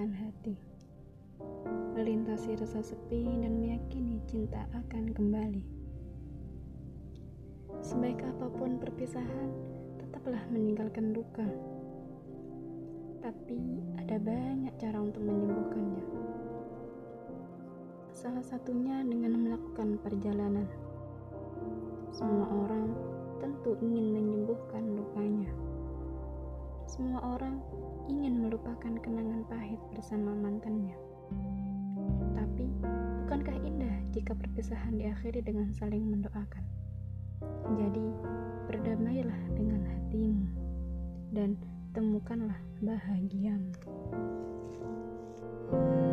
menenangkan hati, melintasi rasa sepi dan meyakini cinta akan kembali. Sebaik apapun perpisahan, tetaplah meninggalkan luka. Tapi ada banyak cara untuk menyembuhkannya. Salah satunya dengan melakukan perjalanan. Semua orang tentu ingin menyembuhkan lukanya. Semua orang ingin melupakan kenangan pahit bersama mantannya. Tapi, bukankah indah jika perpisahan diakhiri dengan saling mendoakan? Jadi, berdamailah dengan hatimu dan temukanlah bahagiamu.